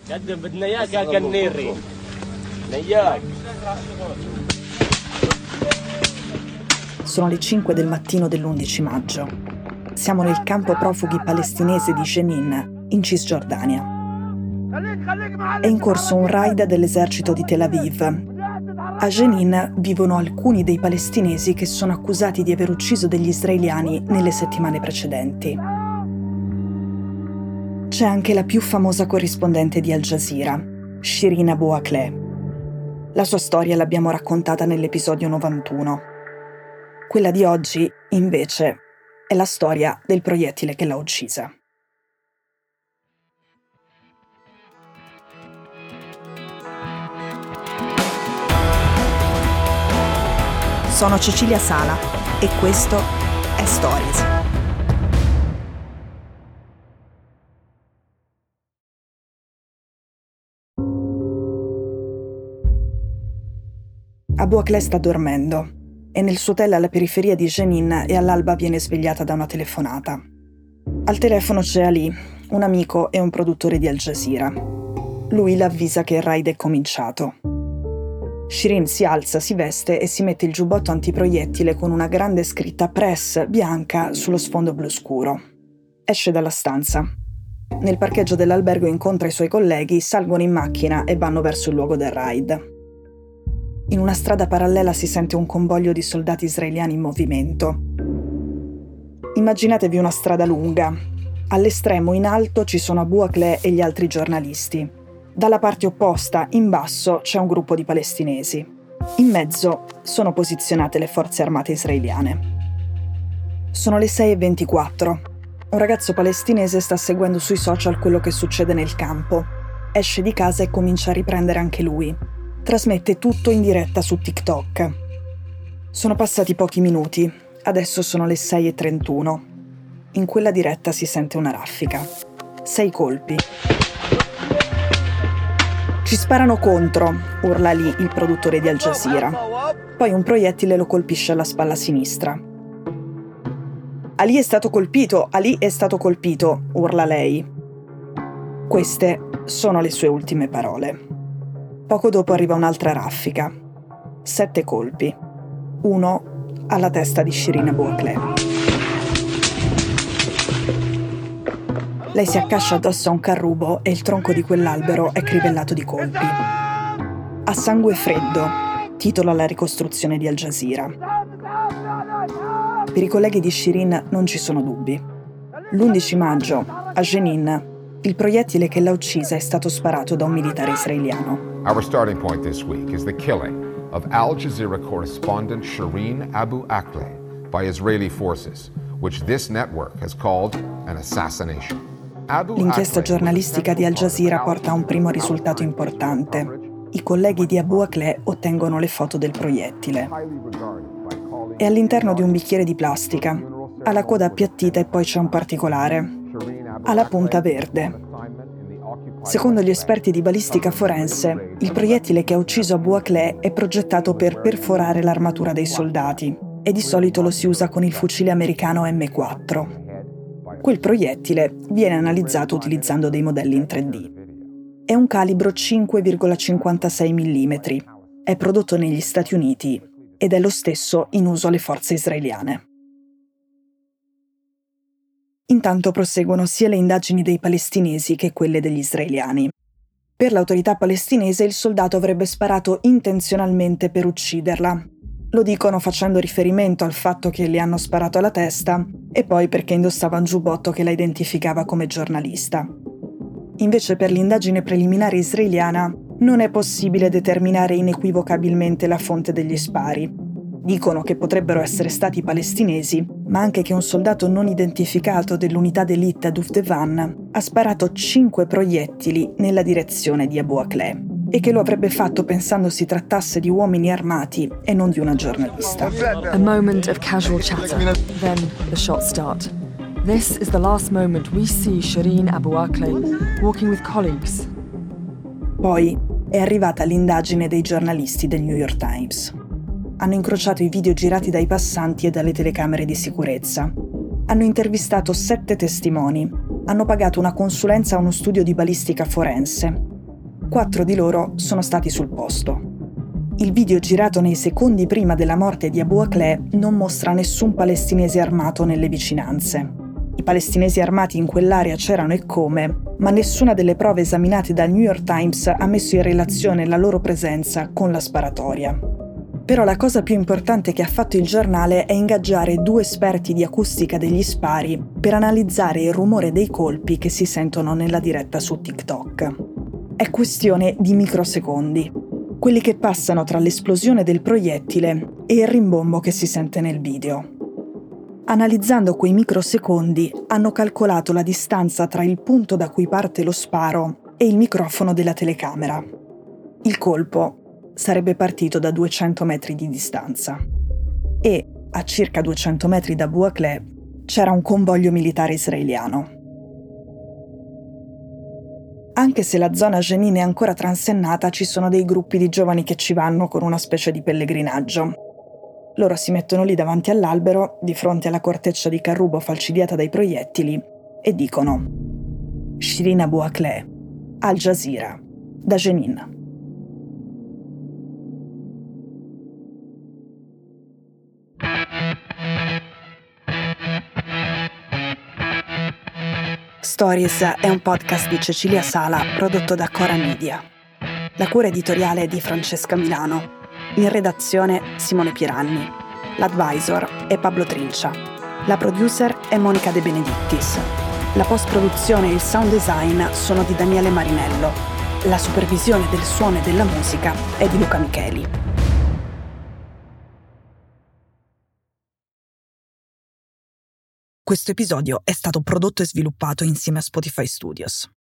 Sono le 5 del mattino dell'11 maggio. Siamo nel campo profughi palestinese di Jenin, in Cisgiordania. È in corso un raid dell'esercito di Tel Aviv. A Jenin vivono alcuni dei palestinesi che sono accusati di aver ucciso degli israeliani nelle settimane precedenti. C'è anche la più famosa corrispondente di Al Jazeera, Shireen Abu Akleh. La sua storia l'abbiamo raccontata nell'episodio 91. Quella di oggi, invece, è la storia del proiettile che l'ha uccisa. Sono Cecilia Sala e questo è Stories. Abu Akleh sta dormendo e nel suo hotel alla periferia di Jenin e all'alba viene svegliata da una telefonata. Al telefono c'è Ali, un amico e un produttore di Al Jazeera. Lui l'avvisa che il raid è cominciato. Shireen si alza, si veste e si mette il giubbotto antiproiettile con una grande scritta Press bianca sullo sfondo blu scuro. Esce dalla stanza. Nel parcheggio dell'albergo incontra i suoi colleghi, salgono in macchina e vanno verso il luogo del raid. In una strada parallela si sente un convoglio di soldati israeliani in movimento. Immaginatevi una strada lunga. All'estremo, in alto, ci sono Abu Akleh e gli altri giornalisti. Dalla parte opposta, in basso, c'è un gruppo di palestinesi. In mezzo sono posizionate le forze armate israeliane. Sono le 6:24. Un ragazzo palestinese sta seguendo sui social quello che succede nel campo. Esce di casa e comincia a riprendere anche lui. Trasmette tutto in diretta su TikTok. Sono passati pochi minuti, adesso sono le 6:31. In quella diretta si sente una raffica. 6 colpi. Ci sparano contro, urla lì il produttore di Al Jazeera. Poi un proiettile lo colpisce alla spalla sinistra. Ali è stato colpito, urla lei. Queste sono le sue ultime parole. Poco dopo arriva un'altra raffica. 7 colpi. 1 alla testa di Shireen Abu Akleh. Lei si accascia addosso a un carrubo e il tronco di quell'albero è crivellato di colpi. A sangue freddo, titola la ricostruzione di Al Jazeera. Per i colleghi di Shireen non ci sono dubbi. L'11 maggio, a Jenin, il proiettile che l'ha uccisa è stato sparato da un militare israeliano. Our starting point this week is the killing of Al Jazeera correspondent Shireen Abu Akleh by Israeli forces, which this network has called an assassination. L'inchiesta giornalistica di Al Jazeera porta a un primo risultato importante. I colleghi di Abu Akleh ottengono le foto del proiettile. È all'interno di un bicchiere di plastica. Ha la coda appiattita e poi c'è un particolare. Ha la punta verde. Secondo gli esperti di balistica forense, il proiettile che ha ucciso Abu Akleh è progettato per perforare l'armatura dei soldati e di solito lo si usa con il fucile americano M4. Quel proiettile viene analizzato utilizzando dei modelli in 3D. È un calibro 5,56 mm. È prodotto negli Stati Uniti ed è lo stesso in uso alle forze israeliane. Intanto proseguono sia le indagini dei palestinesi che quelle degli israeliani. Per l'autorità palestinese il soldato avrebbe sparato intenzionalmente per ucciderla. Lo dicono facendo riferimento al fatto che le hanno sparato alla testa e poi perché indossava un giubbotto che la identificava come giornalista. Invece per l'indagine preliminare israeliana non è possibile determinare inequivocabilmente la fonte degli spari. Dicono che potrebbero essere stati palestinesi, ma anche che un soldato non identificato dell'unità d'élite Duvdevan ha sparato 5 proiettili nella direzione di Abu Akleh e che lo avrebbe fatto pensando si trattasse di uomini armati e non di una giornalista. A moment of casual chatter, then the shots start. This is the last moment we see Shireen Abu Akleh walking with colleagues. Poi è arrivata l'indagine dei giornalisti del New York Times. Hanno incrociato i video girati dai passanti e dalle telecamere di sicurezza. Hanno intervistato 7 testimoni. Hanno pagato una consulenza a uno studio di balistica forense. 4 di loro sono stati sul posto. Il video girato nei secondi prima della morte di Abu Akleh non mostra nessun palestinese armato nelle vicinanze. I palestinesi armati in quell'area c'erano e come, ma nessuna delle prove esaminate dal New York Times ha messo in relazione la loro presenza con la sparatoria. Però la cosa più importante che ha fatto il giornale è ingaggiare 2 esperti di acustica degli spari per analizzare il rumore dei colpi che si sentono nella diretta su TikTok. È questione di microsecondi, quelli che passano tra l'esplosione del proiettile e il rimbombo che si sente nel video. Analizzando quei microsecondi, hanno calcolato la distanza tra il punto da cui parte lo sparo e il microfono della telecamera. Il colpo sarebbe partito da 200 metri di distanza e, a circa 200 metri da Abu Akleh, c'era un convoglio militare israeliano. Anche se la zona Jenin è ancora transennata, ci sono dei gruppi di giovani che ci vanno con una specie di pellegrinaggio. Loro si mettono lì davanti all'albero, di fronte alla corteccia di carrubo falcidiata dai proiettili, e dicono: Shirin Abu Akleh, Al Jazeera, da Jenin. Stories è un podcast di Cecilia Sala prodotto da Cora Media. La cura editoriale è di Francesca Milano. In redazione Simone Piranni. L'advisor è Pablo Trincia. La producer è Monica De Benedictis. La post-produzione e il sound design sono di Daniele Marinello. La supervisione del suono e della musica è di Luca Micheli. Questo episodio è stato prodotto e sviluppato insieme a Spotify Studios.